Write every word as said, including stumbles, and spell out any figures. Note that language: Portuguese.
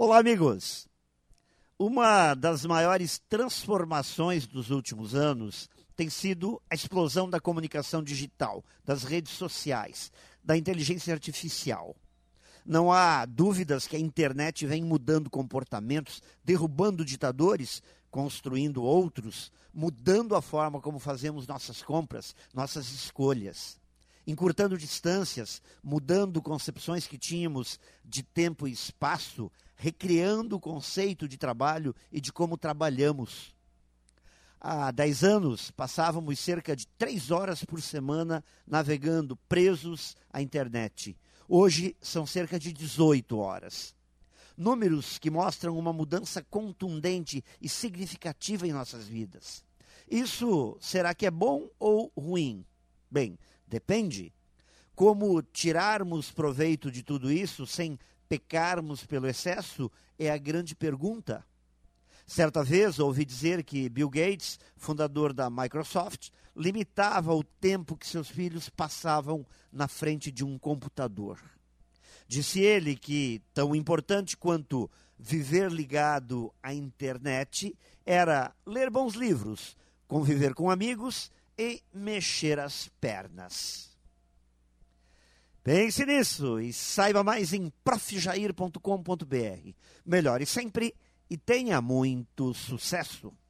Olá, amigos! Uma das maiores transformações dos últimos anos tem sido a explosão da comunicação digital, das redes sociais, da inteligência artificial. Não há dúvidas que a internet vem mudando comportamentos, derrubando ditadores, construindo outros, mudando a forma como fazemos nossas compras, nossas escolhas, encurtando distâncias, mudando concepções que tínhamos de tempo e espaço, recriando o conceito de trabalho e de como trabalhamos. Há dez anos, passávamos cerca de três horas por semana navegando, presos à internet. Hoje, são cerca de dezoito horas. Números que mostram uma mudança contundente e significativa em nossas vidas. Isso será que é bom ou ruim? Bem, depende. Como tirarmos proveito de tudo isso sem pecarmos pelo excesso é a grande pergunta. Certa vez ouvi dizer que Bill Gates, fundador da Microsoft, limitava o tempo que seus filhos passavam na frente de um computador. Disse ele que, tão importante quanto viver ligado à internet, era ler bons livros, conviver com amigos e mexer as pernas. Pense nisso e saiba mais em prof jair ponto com ponto br. Melhore sempre e tenha muito sucesso!